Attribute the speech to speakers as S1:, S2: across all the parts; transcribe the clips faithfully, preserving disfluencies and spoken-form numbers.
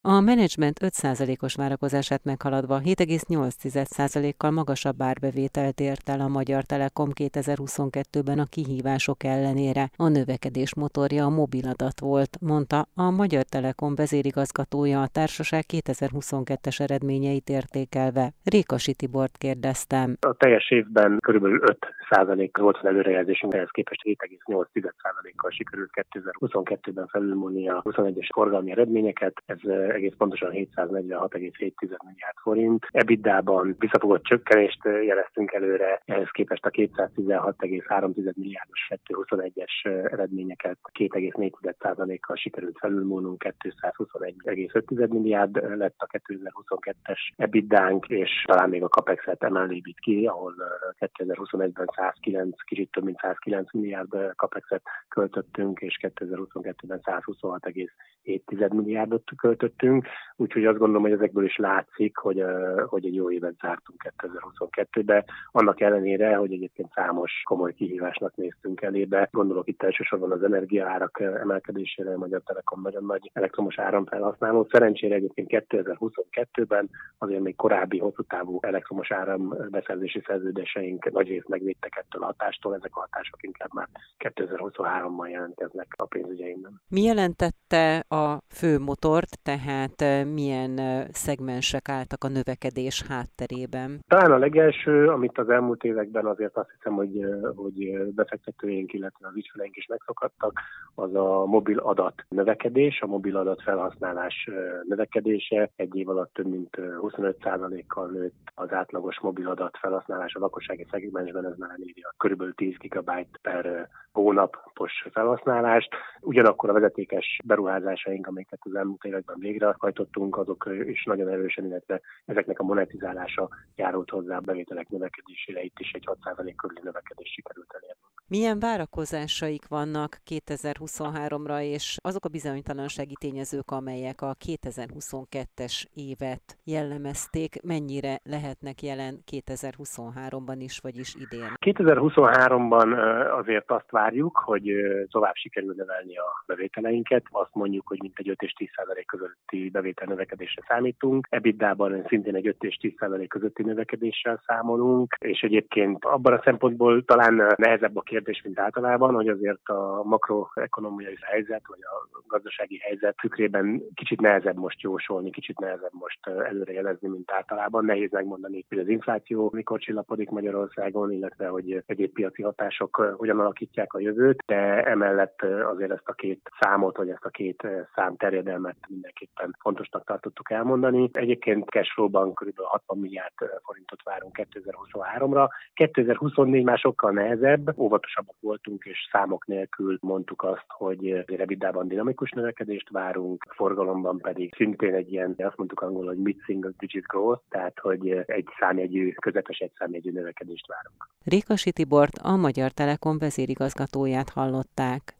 S1: A menedzsment öt százalékos várakozását meghaladva hét egész nyolc százalékkal magasabb árbevételt ért el a Magyar Telekom kétezer-huszonkettőben a kihívások ellenére. A növekedés motorja a mobiladat volt, mondta a Magyar Telekom vezérigazgatója a társaság kétezer-huszonkettes eredményeit értékelve. Rékasi Tibort kérdeztem.
S2: A teljes évben körülbelül öt százalék volt az előrejelzésünk, ehhez képest hét egész nyolc százalékkal sikerült kétezer-huszonkettőben felülmúlni a huszonegyes forgalmi eredményeket. Ez egész pontosan hétszáznegyvenhat egész hét milliárd forint. EBITDA-ban visszafogott csökkenést jeleztünk előre, ehhez képest a kétszáztizenhat egész három milliárdos kétezer-huszonegyes eredményeket két egész négy százalékkal sikerült felülmúlnunk, kétszázhuszonegy egész öt milliárd lett a kétezer-huszonkettes EBITDA-nk, és talán még a Capexet emelnék itt ki, ahol kétezer-huszonegyben százkilenc, kicsit több mint százkilenc milliárd Capexet költöttünk, és kétezer-huszonkettőben százhuszonhat egész hét milliárdot költöttünk, úgyhogy azt gondolom, hogy ezekből is látszik, hogy, hogy egy jó évet zártunk kétezer-huszonkettőbe, annak ellenére, hogy egyébként számos komoly kihívásnak néztünk elébe. Gondolok itt elsősorban az energiaárak emelkedésére, a Magyar Telekom nagyon nagy elektromos áramfelhasználó. Szerencsére egyébként kétezer-huszonkettőben azért még korábbi hosszú távú elektromos árambeszerzési szerződéseink nagyrészt megvédtek ettől a hatástól, ezek a hatások inkább már kétezer-huszonháromban jelentkeznek a pénzügyeimben.
S1: Mi jelentette a fő motort, tehát milyen szegmensek álltak a növekedés hátterében?
S2: Talán a legelső, amit az elmúlt években azért azt hiszem, hogy, hogy befektetőink, illetve az ügyfeleink is megszokhattak, az a mobil adat növekedés, a mobil adat felhasználás növekedése. Egy év alatt több mint huszonöt százalékkal nőtt az átlagos mobil adat felhasználás a lakossági szegmensben, ez már eléri a körülbelül tíz gigabyte per hónapos felhasználást. Ugyanakkor a vezetékes beruházásaink, amiket az elmúlt években végrehajtottunk, azok is nagyon erősen, illetve ezeknek a monetizálása járult hozzá a bevételek növekedésére, itt is egy hat százalék körüli növekedés sikerült elérnünk.
S1: Milyen várakozásaik vannak kétezer-huszonháromra, és azok a bizonytalansági tényezők, amelyek a kétezer-huszonkettes évet jellemezték, mennyire lehetnek jelen kétezer-huszonháromban is, vagyis idén?
S2: kétezer-huszonháromban azért azt várjuk, hogy tovább sikerül növelni a bevételeinket. Azt mondjuk, hogy mintegy öt és tíz százalék közötti bevétel növekedésre számítunk. EBITDA-ban szintén egy öt és tíz százalék közötti növekedéssel számolunk, és egyébként abban a szempontból talán nehezebb a kérdés, mint általában, hogy azért a makroekonomiai helyzet, vagy a gazdasági helyzet tükrében kicsit nehezebb most jósolni, kicsit nehezebb most előrejelezni, mint általában. Nehéz megmondani, hogy az infláció mikor csillapodik Magyarországon, illetve hogy egyéb piaci hatások hogyan alakítják a jövőt, de emellett azért ezt a két számot, vagy ezt a két szám terjedelmet mindenképpen fontosnak tartottuk elmondani. Egyébként cashflow-ban kb. hatvan milliárd forintot várunk kétezer-huszonháromra. kétezer-huszonnégy már sokkal nehezebb, óvatosabbak voltunk, és számok nélkül mondtuk azt, hogy EBITDA-ban dinamikus növekedést várunk, forgalomban pedig szintén egy ilyen, azt mondtuk angolul, hogy mid-single digit growth, tehát hogy egy számjegyű, közepes egy számjegyű növekedést várunk.
S1: Rékasi Tibort, a Magyar Telekom vezérigazgatóját hallották.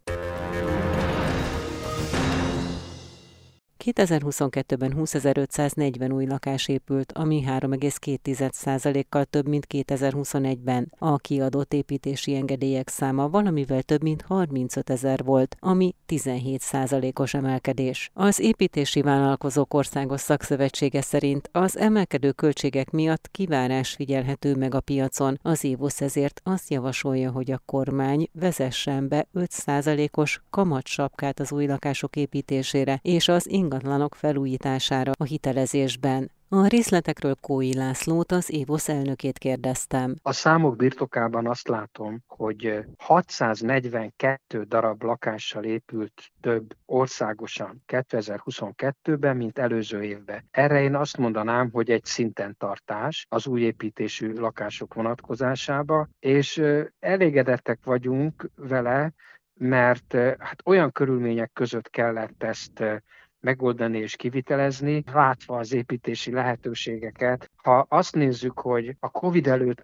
S1: kétezer-huszonkettőben húszezer-ötszáznegyven új lakás épült, ami három egész két százalékkal több, mint kétezer-huszonegyben. A kiadott építési engedélyek száma valamivel több, mint harmincötezer volt, ami tizenhét százalékos emelkedés. Az Építési Vállalkozók Országos Szakszövetsége szerint az emelkedő költségek miatt kivárás figyelhető meg a piacon. Az évusz ezért azt javasolja, hogy a kormány vezessen be öt százalékos kamatsapkát az új lakások építésére és az ingatlanok felújítására a hitelezésben. A részletekről Kói Lászlót, az évusz elnökét kérdeztem.
S3: A számok birtokában azt látom, hogy hatszáznegyvenkettő darab lakással épült több országosan kétezer-huszonkettőben, mint előző évben. Erre én azt mondanám, hogy egy szinten tartás az új építésű lakások vonatkozásába, és elégedettek vagyunk vele, mert hát olyan körülmények között kellett ezt megoldani és kivitelezni, látva az építési lehetőségeket. Ha azt nézzük, hogy a Covid előtti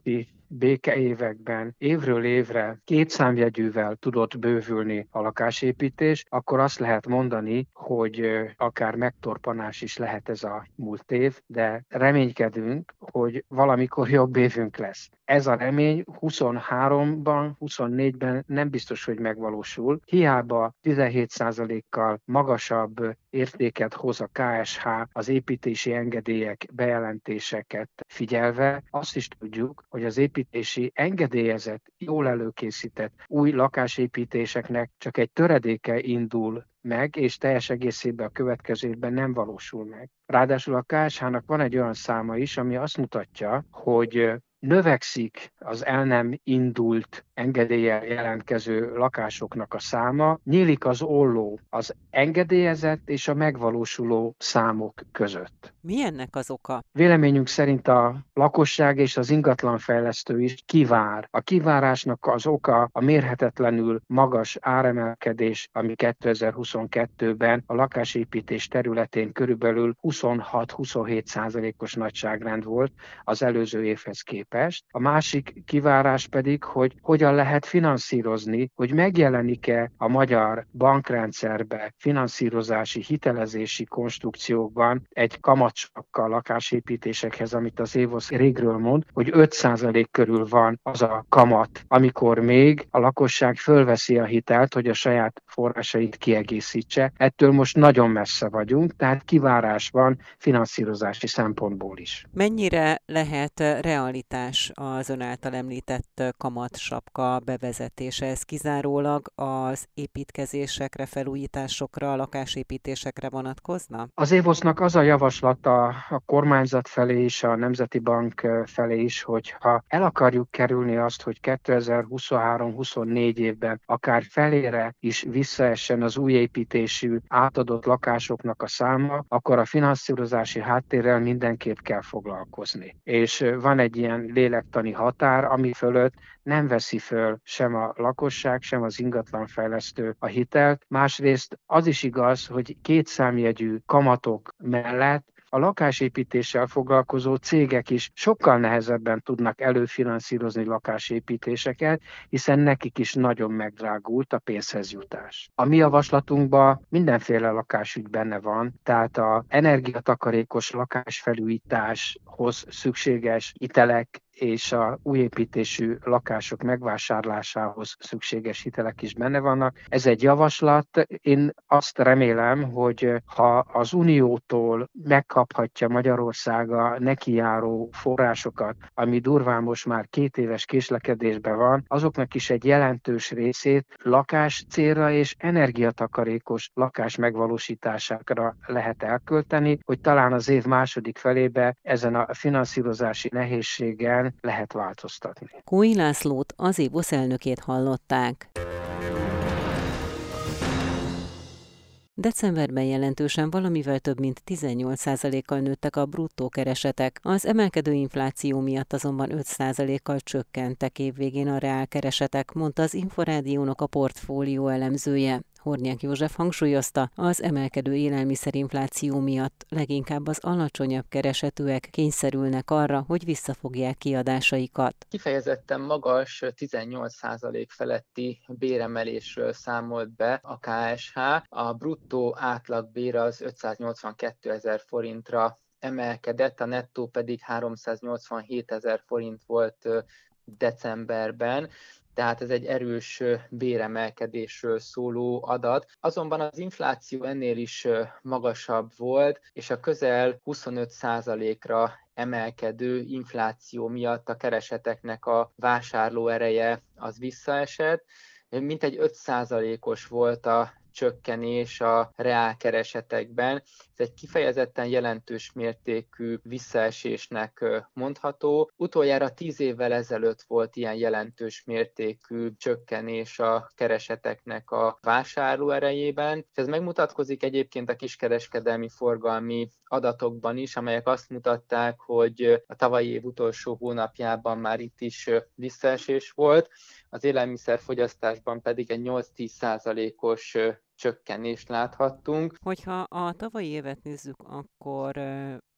S3: békeévekben évről évre két számjegyűvel tudott bővülni a lakásépítés, akkor azt lehet mondani, hogy akár megtorpanás is lehet ez a múlt év, de reménykedünk, hogy valamikor jobb évünk lesz. Ez a remény huszonháromban, huszonnégyben nem biztos, hogy megvalósul. Hiába tizenhét százalékkal magasabb értéket hoz a ká es há az építési engedélyek bejelentéseket figyelve, azt is tudjuk, hogy az építési engedélyezett, jól előkészített új lakásépítéseknek csak egy töredéke indul meg, és teljes egészében a következő évben nem valósul meg. Ráadásul a ká es hának van egy olyan száma is, ami azt mutatja, hogy növekszik az el nem indult engedéllyel jelentkező lakásoknak a száma, nyílik az olló az engedélyezett és a megvalósuló számok között.
S1: Mi ennek az oka?
S3: Véleményünk szerint a lakosság és az ingatlanfejlesztő is kivár. A kivárásnak az oka a mérhetetlenül magas áremelkedés, ami kétezer-huszonkettőben a lakásépítés területén körülbelül huszonhat-huszonhét százalékos nagyságrend volt az előző évhez képest. A másik kivárás pedig, hogy hogyan lehet finanszírozni, hogy megjelenik-e a magyar bankrendszerbe, finanszírozási, hitelezési konstrukciókban egy kamatsakkal lakásépítésekhez, amit az évosz régről mond, hogy öt százalék körül van az a kamat, amikor még a lakosság fölveszi a hitelt, hogy a saját forrásait kiegészítse. Ettől most nagyon messze vagyunk, tehát kivárás van finanszírozási szempontból is.
S1: Mennyire lehet realitás az ön által említett kamatsapka bevezetése? Ez kizárólag az építkezésekre, felújításokra, lakásépítésekre vonatkozna?
S3: Az évosznak az a javaslata a kormányzat felé és a Nemzeti Bank felé is, hogy ha el akarjuk kerülni azt, hogy kétezer-huszonhárom-huszonnégy évben akár felére is visszaessen az új építésű átadott lakásoknak a száma, akkor a finanszírozási háttérrel mindenképp kell foglalkozni. És van egy ilyen lélektani határ, ami fölött nem veszi föl sem a lakosság, sem az ingatlanfejlesztő a hitelt. Másrészt az is igaz, hogy kétszámjegyű kamatok mellett a lakásépítéssel foglalkozó cégek is sokkal nehezebben tudnak előfinanszírozni lakásépítéseket, hiszen nekik is nagyon megdrágult a pénzhez jutás. A mi javaslatunkban mindenféle lakásügy benne van, tehát az energiatakarékos lakásfelújításhoz szükséges hitelek és a újépítésű lakások megvásárlásához szükséges hitelek is benne vannak. Ez egy javaslat. Én azt remélem, hogy ha az Uniótól megkaphatja Magyarország a nekijáró forrásokat, ami durván most már két éves késlekedésben van, azoknak is egy jelentős részét lakás célra és energiatakarékos lakás megvalósítására lehet elkölteni, hogy talán az év második felébe ezen a finanszírozási nehézségen lehet változtatni.
S1: Kúj Lászlót, az évosz elnökét hallották. Decemberben jelentősen valamivel több mint tizennyolc százalékkal nőttek a bruttó keresetek, az emelkedő infláció miatt azonban öt százalékkal csökkentek évvégén a reálkeresetek, mondta az Inforádiónak a portfólió elemzője. Hornyák József hangsúlyozta, az emelkedő élelmiszerinfláció miatt leginkább az alacsonyabb keresetűek kényszerülnek arra, hogy visszafogják kiadásaikat.
S4: Kifejezetten magas tizennyolc százalék feletti béremelésről számolt be a ká es há. A bruttó átlagbér az ötszáznyolcvankétezer forintra emelkedett, a nettó pedig háromszáznyolcvanhétezer forint volt decemberben. Tehát ez egy erős béremelkedésről szóló adat. Azonban az infláció ennél is magasabb volt, és a közel huszonöt százalékra emelkedő infláció miatt a kereseteknek a vásárló ereje az visszaesett. Mintegy öt százalékos volt a csökkenés a reálkeresetekben. Ez egy kifejezetten jelentős mértékű visszaesésnek mondható. Utoljára tíz évvel ezelőtt volt ilyen jelentős mértékű csökkenés a kereseteknek a vásárlóerejében. Ez megmutatkozik egyébként a kiskereskedelmi forgalmi adatokban is, amelyek azt mutatták, hogy a tavalyi év utolsó hónapjában már itt is visszaesés volt. Az élelmiszerfogyasztásban pedig egy nyolc-tíz százalékos csökkenést láthattunk.
S1: Hogyha a tavalyi évet nézzük, akkor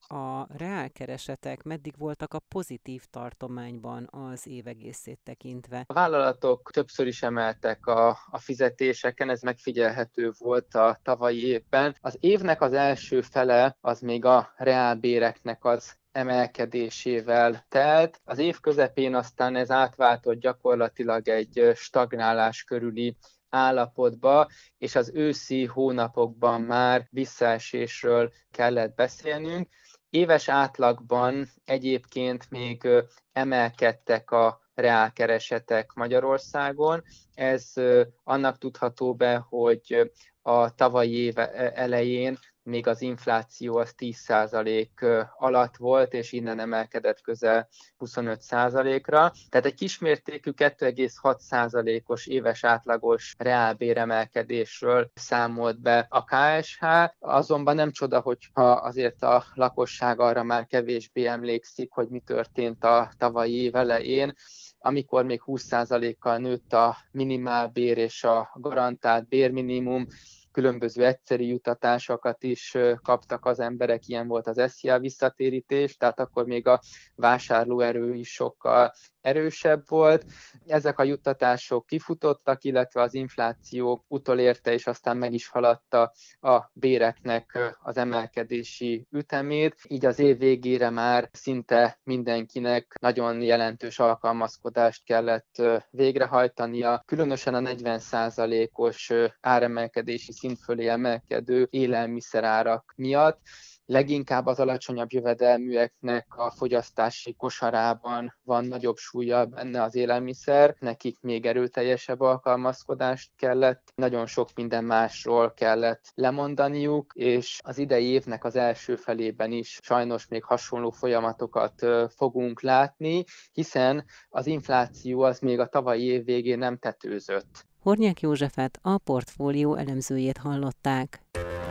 S1: A reálkeresetek meddig voltak a pozitív tartományban az év egészét tekintve?
S4: A vállalatok többször is emeltek a, a fizetéseken, ez megfigyelhető volt a tavalyi évben. Az évnek az első fele az még a reálbéreknek az emelkedésével telt. Az év közepén aztán ez átváltott gyakorlatilag egy stagnálás körüli állapotba, és az őszi hónapokban már visszaesésről kellett beszélnünk. Éves átlagban egyébként még emelkedtek a reálkeresetek Magyarországon. Ez annak tudható be, hogy a tavalyi év elején még az infláció az tíz százalék alatt volt, és innen emelkedett közel huszonöt százalékra. Tehát egy kismértékű kettő egész hat százalékos éves átlagos reálbéremelkedésről számolt be a ká es há, azonban nem csoda, hogyha azért a lakosság arra már kevésbé emlékszik, hogy mi történt a tavalyi év elején, amikor még húsz százalékkal nőtt a minimálbér és a garantált bérminimum, különböző egyszeri juttatásokat is kaptak az emberek, ilyen volt az es zé á visszatérítés, tehát akkor még a vásárlóerő is sokkal erősebb volt. Ezek a juttatások kifutottak, illetve az infláció utolérte, és aztán meg is haladta a béreknek az emelkedési ütemét. Így az év végére már szinte mindenkinek nagyon jelentős alkalmazkodást kellett végrehajtania, különösen a negyven százalékos áremelkedési szint fölé emelkedő élelmiszerárak miatt. Leginkább az alacsonyabb jövedelműeknek a fogyasztási kosarában van nagyobb súlya benne az élelmiszer, nekik még erőteljesebb alkalmazkodást kellett, nagyon sok minden másról kellett lemondaniuk, és az idei évnek az első felében is sajnos még hasonló folyamatokat fogunk látni, hiszen az infláció az még a tavalyi év végén nem tetőzött.
S1: Hornyák Józsefet, a portfólió elemzőjét hallották.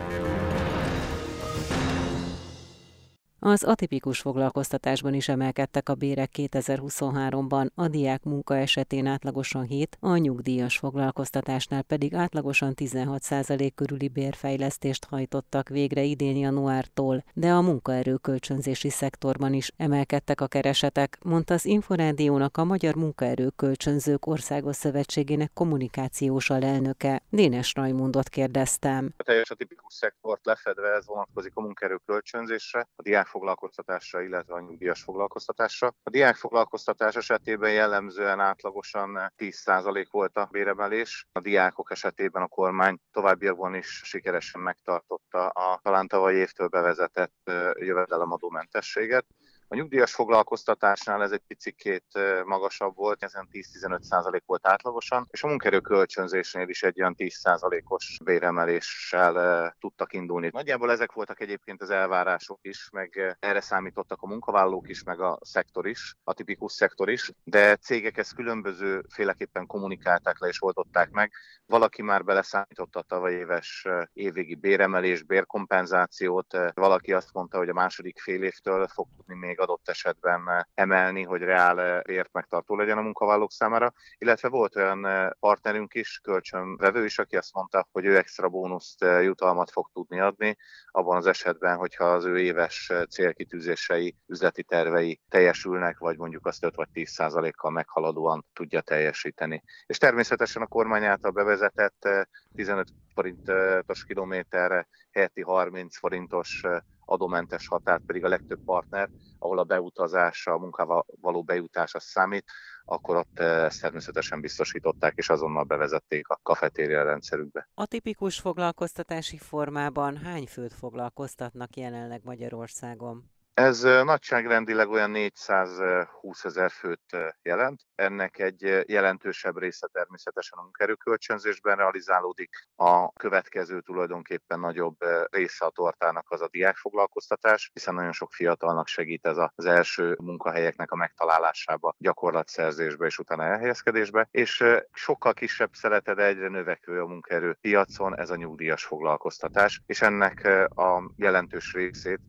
S1: Az atipikus foglalkoztatásban is emelkedtek a bérek kétezer-huszonháromban, a diák munka esetén átlagosan hét, a nyugdíjas foglalkoztatásnál pedig átlagosan tizenhat százalék körüli bérfejlesztést hajtottak végre idén januártól, de a munkaerő kölcsönzési szektorban is emelkedtek a keresetek, mondta az Inforádiónak a Magyar Munkaerő Kölcsönzők Országos Szövetségének kommunikációs alelnöke. Dénes Rajmundot kérdeztem.
S5: A teljes atipikus szektort lefedve ez vonatkozik a munkaerő kölcsönzésre, a diák foglalkoztatásra, illetve a nyugdíjas foglalkoztatásra. A diák foglalkoztatás esetében jellemzően átlagosan tíz százalék volt a béremelés. A diákok esetében a kormány továbbiakban is sikeresen megtartotta a talán tavaly évtől bevezetett jövedelemadómentességet. A nyugdíjas foglalkoztatásnál ez egy picikét magasabb volt, ezen tíz-tizenöt százalék volt átlagosan, és a munkaerő kölcsönzésnél is egy olyan tíz százalékos béremeléssel tudtak indulni. Nagyjából ezek voltak egyébként az elvárások is, meg erre számítottak a munkavállalók is, meg a szektor is, a tipikus szektor is, de cégek ezt különböző féleképpen kommunikálták le és oldották meg. Valaki már beleszámította a tavaly éves évvégi béremelés, bérkompenzációt, valaki azt mondta, hogy a második fél évtől fog tudni még adott esetben emelni, hogy reál bért megtartó legyen a munkavállalók számára, illetve volt olyan partnerünk is, kölcsönvevő is, aki azt mondta, hogy ő extra bónuszt, jutalmat fog tudni adni, abban az esetben, hogyha az ő éves célkitűzései, üzleti tervei teljesülnek, vagy mondjuk azt öt vagy tíz százalékkal meghaladóan tudja teljesíteni. És természetesen a kormány által bevezetett tizenöt forintos kilométerre helyetti harminc forintos adómentes határt pedig a legtöbb partner, ahol a beutazás, a munkával való bejutás az számít, akkor ott ezt természetesen biztosították, és azonnal bevezették a kafetéria rendszerükbe.
S1: A tipikus foglalkoztatási formában hány főt foglalkoztatnak jelenleg Magyarországon?
S5: Ez nagyságrendileg olyan négyszázhúszezer főt jelent. Ennek egy jelentősebb része természetesen a munkaerőkölcsönzésben realizálódik. A következő tulajdonképpen nagyobb része a tortának az a diákfoglalkoztatás, hiszen nagyon sok fiatalnak segít ez az első munkahelyeknek a megtalálásába, gyakorlatszerzésbe és utána elhelyezkedésbe. És sokkal kisebb szelete, de egyre növekvő a munkaerőpiacon ez a nyugdíjas foglalkoztatás, és ennek a jelentős részét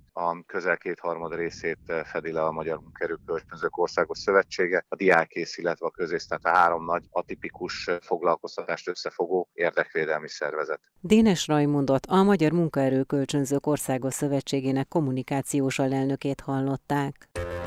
S5: a közel kétharmad részét fedi le a Magyar Munkaerő Kölcsönzők Országos Szövetsége, a Diákész, illetve a Közész, tehát a három nagy atipikus foglalkoztatást összefogó érdekvédelmi szervezet.
S1: Dénes Rajmundot, a Magyar Munkaerő Kölcsönzők Országos Szövetségének kommunikációs alelnökét hallották.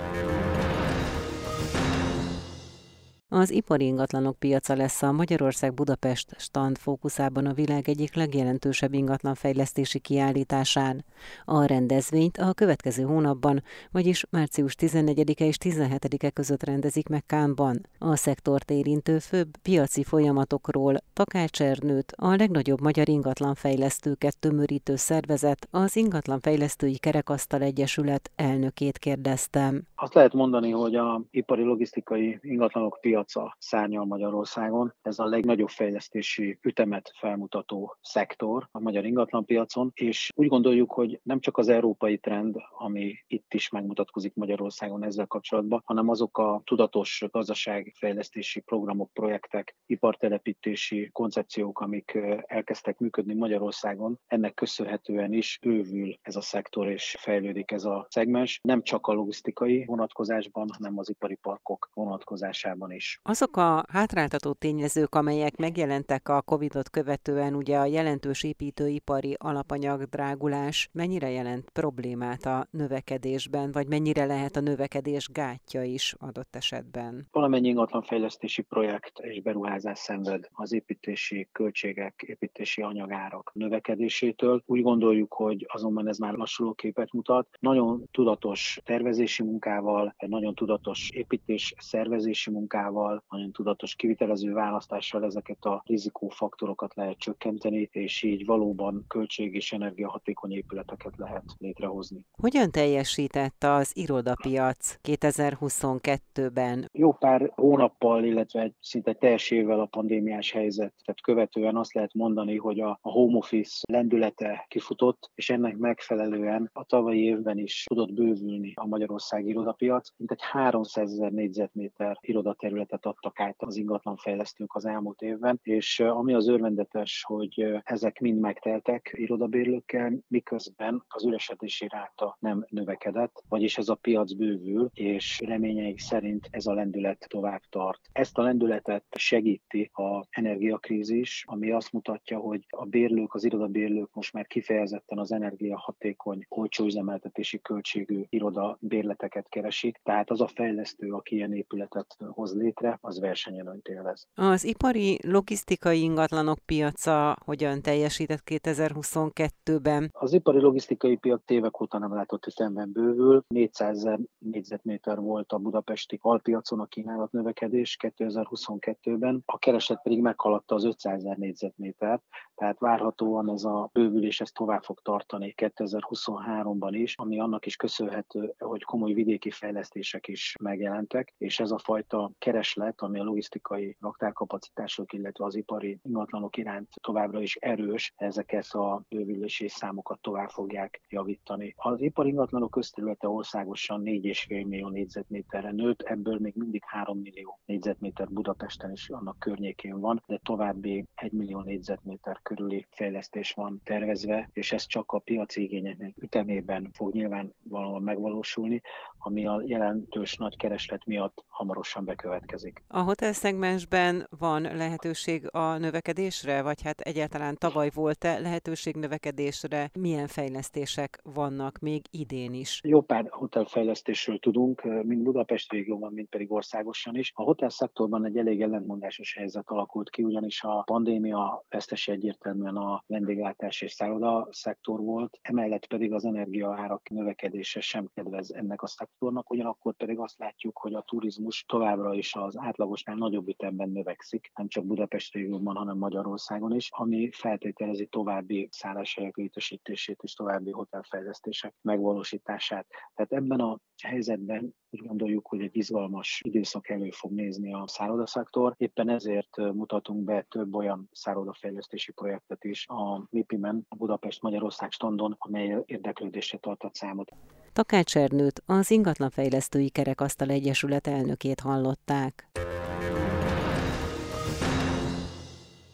S1: Az ipari ingatlanok piaca lesz a Magyarország Budapest stand fókuszában a világ egyik legjelentősebb ingatlanfejlesztési kiállításán. A rendezvényt a következő hónapban, vagyis március tizennegyedike és tizenhetedike között rendezik meg Cannes-ban. A szektort érintő főbb piaci folyamatokról Takács Ernőt, a legnagyobb magyar ingatlanfejlesztőket tömörítő szervezet, az Ingatlanfejlesztői Kerekasztal Egyesület elnökét kérdeztem.
S6: Azt lehet mondani, hogy a ipari logisztikai ingatlanok piaca szárnyal Magyarországon. Ez a legnagyobb fejlesztési ütemet felmutató szektor a magyar ingatlanpiacon, és úgy gondoljuk, hogy nem csak az európai trend, ami itt is megmutatkozik Magyarországon ezzel kapcsolatban, hanem azok a tudatos gazdaságfejlesztési programok, projektek, ipartelepítési koncepciók, amik elkezdtek működni Magyarországon, ennek köszönhetően is bővül ez a szektor és fejlődik ez a szegmens, nem csak a logisztikai vonatkozásban, hanem az ipari parkok vonatkozásában is.
S1: Azok a hátráltató tényezők, amelyek megjelentek a Covidot követően, ugye a jelentős építőipari alapanyag drágulás, mennyire jelent problémát a növekedésben, vagy mennyire lehet a növekedés gátja is adott esetben?
S6: Valamennyi ingatlanfejlesztési projekt és beruházás szenved az építési költségek, építési anyagárak növekedésétől. Úgy gondoljuk, hogy azonban ez már lassuló képet mutat. Nagyon tudatos tervezési munkával, nagyon tudatos építés szervezési munkával, nagyon tudatos kivitelező választással ezeket a rizikófaktorokat lehet csökkenteni, és így valóban költség- és energiahatékony épületeket lehet létrehozni.
S1: Hogyan teljesített az irodapiac kétezer-huszonkettőben?
S6: Jó pár hónappal, illetve egy szinte teljes évvel a pandémiás helyzetet követően azt lehet mondani, hogy a home office lendülete kifutott, és ennek megfelelően a tavalyi évben is tudott bővülni a magyarországi irodapiac. Mintegy háromszázezer négyzetméter irodaterületet adtak át az ingatlanfejlesztők az elmúlt évben, és ami az örvendetes, hogy ezek mind megteltek irodabérlőkkel, miközben az üresedési ráta nem növekedett, vagyis ez a piac bővül, és reményeik szerint ez a lendület tovább tart. Ezt a lendületet segíti az energiakrízis, ami azt mutatja, hogy a bérlők, az irodabérlők most már kifejezetten az energiahatékony, olcsó üzemeltetési költségű irodabérleteket keresik, tehát az a fejlesztő, aki ilyen épületet hoz létre, az versenyelőnyt élvez.
S1: Az ipari logisztikai ingatlanok piaca hogyan teljesített kétezer-huszonkettőben?
S6: Az ipari logisztikai piac évek óta nem látott ütemben bővül. négyszázezer négyzetméter volt a budapesti alpiacon a kínálat növekedés kétezer-huszonkettőben, a kereslet pedig meghaladta az ötszázezer négyzetmétert, tehát várhatóan ez a bővülés ez tovább fog tartani kétezer-huszonháromban is, ami annak is köszönhető, hogy komoly vidéki fejlesztések is megjelentek, és ez a fajta kereslet, ami a logisztikai raktárkapacitások, illetve az ipari ingatlanok iránt továbbra is erős, ezeket a bővülési számokat tovább fogják javítani. Az ipari ingatlanok közterülete országosan négy egész öt millió négyzetméterre nőtt, ebből még mindig három millió négyzetméter Budapesten is annak környékén van, de további egy millió négyzetméter körüli fejlesztés van tervezve, és ez csak a piaci igényeknek ütemében fog nyilvánvalóan megvalósulni, ami a jelentős nagy kereslet miatt hamarosan bekövetkezik.
S1: A hotel szegmensben van lehetőség a növekedésre, vagy hát egyáltalán tavaly volt-e lehetőség növekedésre? Milyen fejlesztések vannak még idén is?
S6: Jó pár hotelfejlesztésről tudunk, mind Budapest régióban, mind pedig országosan is. A hotel szektorban egy elég ellentmondásos helyzet alakult ki, ugyanis a pandémia vesztese egyértelműen a vendéglátás és szálloda szektor volt, emellett pedig az energiaárak növekedése sem kedvez ennek a szektornak, ugyanakkor pedig azt látjuk, hogy a turizmus továbbra is az átlagosnál nagyobb ütemben növekszik, nem csak Budapest régióban, hanem Magyarországon is, ami feltételezi további szálláshelyek létesítését és további hotelfejlesztések megvalósítását. Tehát ebben a helyzetben úgy gondoljuk, hogy egy izgalmas időszak elő fog nézni a szállodaszektor. Éppen ezért mutatunk be több olyan szállodafejlesztési projektet is a MIPIM-en, a Budapest-Magyarország standon, amely érdeklődésre tartott számot.
S1: Takács Ernőt, az Ingatlanfejlesztői Kerekasztal Egyesület elnökét hallották.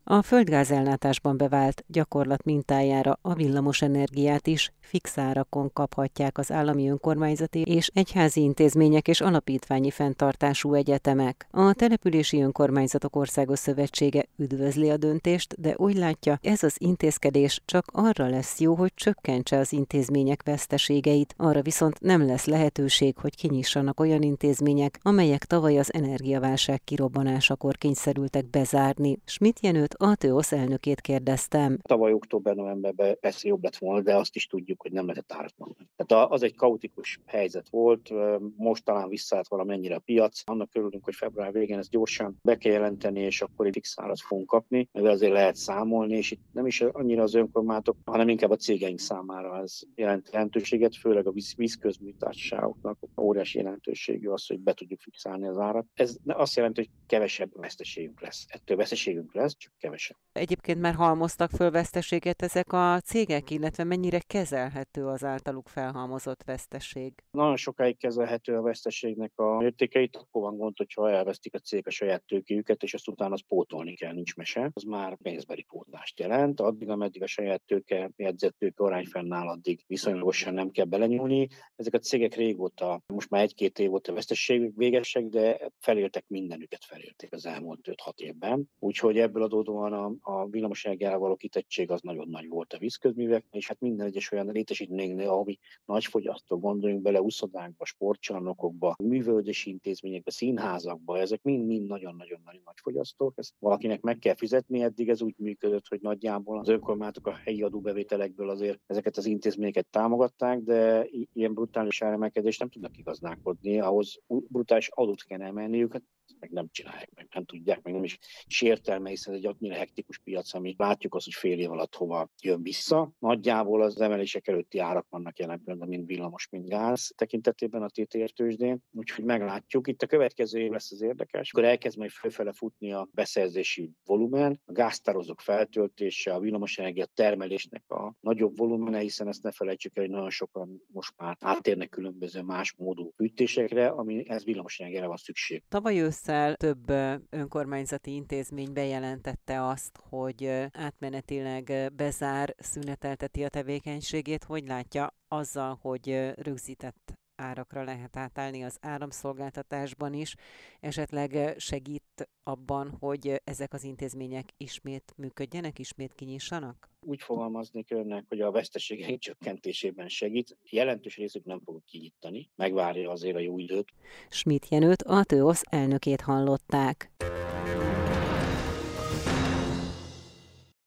S1: A földgázellátásban bevált gyakorlat mintájára a villamos energiát is fix árakon kaphatják az állami, önkormányzati és egyházi intézmények és alapítványi fenntartású egyetemek. A Települési Önkormányzatok Országos Szövetsége üdvözli a döntést, de úgy látja, ez az intézkedés csak arra lesz jó, hogy csökkentse az intézmények veszteségeit, arra viszont nem lesz lehetőség, hogy kinyissanak olyan intézmények, amelyek tavaly az energiaválság kirobbanásakor kényszerültek bezárni. Schmidt Jenőt, a TÖOSZ elnökét kérdeztem.
S7: Tavaly október-novemberben persze jobb lett volna, de azt is tudjuk, hogy nem lehetett árat mondani. Tehát az egy kaotikus helyzet volt, most talán visszaállt valamennyire a piac. Annak örülünk, hogy február végén ezt gyorsan be kell jelenteni, és akkor egy fix árat fogunk kapni, mert azért lehet számolni, és itt nem is annyira az önkormányzatok, hanem inkább a cégeink számára ez jelent jelentőséget, főleg a vízközműtársaságoknak óriási jelentőségű az, hogy be tudjuk fixálni az árat. Ez azt jelenti, hogy kevesebb veszteségünk lesz. Ettől veszteségünk lesz, csak kevesebb.
S1: Egyébként már halmoztak föl veszteséget ezek a cégek, illetve mennyire kezelhető az általuk felhalmozott veszteség?
S7: Nagyon sokáig kezelhető a veszteségnek a mértékeit, akkor van gond, hogyha elvesztik a cég a saját tőkéjüket, és azt utána azt pótolni kell, nincs mese. Az már pénzbeli pótlást jelent. Addig, ameddig a saját tőke, jegyzett tőke arány fennáll, addig viszonylagosan nem kell belenyúlni. Ezek a cégek régóta, most már egy-két év volt a veszteség végesek, de feléltek mindenüket, felélték az elmúlt öt-hat évben. Úgyhogy ebből adódóan a, a villamosenergiára való kitettség az nagyon nagy volt a vízközművek, és hát minden egyes olyan létesítménynél, ahol nagy fogyasztó, gondoljunk bele uszodákba, sportcsarnokokba, művelődési intézményekbe, színházakba, ezek mind-mind nagyon-nagyon nagy fogyasztók. Ezt valakinek meg kell fizetni, eddig ez úgy működött, hogy nagyjából az önkormányzatok a helyi adóbevételekből azért ezeket az intézményeket támogatták, de ilyen brutális áremelkedést nem tudnak igaználkodni, ahhoz brutális adót kell emelniük, hát meg nem csinálják, meg nem tudják, meg nem is, is értelme, hiszen ez egy annyira hektikus piac, ami látjuk azt, hogy fél év alatt hova jön vissza. Nagyjából az emelések előtti árak vannak jelen pillanatban, mind villamos, mind gáz tekintetében a té té er tőzsdén, úgyhogy meglátjuk. Itt a következő év lesz az érdekes, akkor elkezd majd fölfele futni a beszerzési volumen, a gáztározók feltöltése, a villamosenergia termelésnek a nagyobb volumene, hiszen ezt ne felejtsük el, hogy nagyon sokan most már áttérnek különböző más módú fűtésekre, ami ez villamosenergiára van szükség.
S1: Tavaly ősszel több önkormányzati intézmény bejelentette azt, hogy átmenetileg bezár, szünetelteti a tevékenységét. Hogy látja azzal, hogy rögzített árakra lehet átállni az áramszolgáltatásban is, esetleg segít abban, hogy ezek az intézmények ismét működjenek, ismét kinyissanak?
S7: Úgy fogalmaznék önnek, hogy a veszteségeink csökkentésében segít. Jelentős részük nem fogok kinyitani, megvárja azért a jó időt.
S1: Schmidt Jenőt, a TÖOSZ elnökét hallották.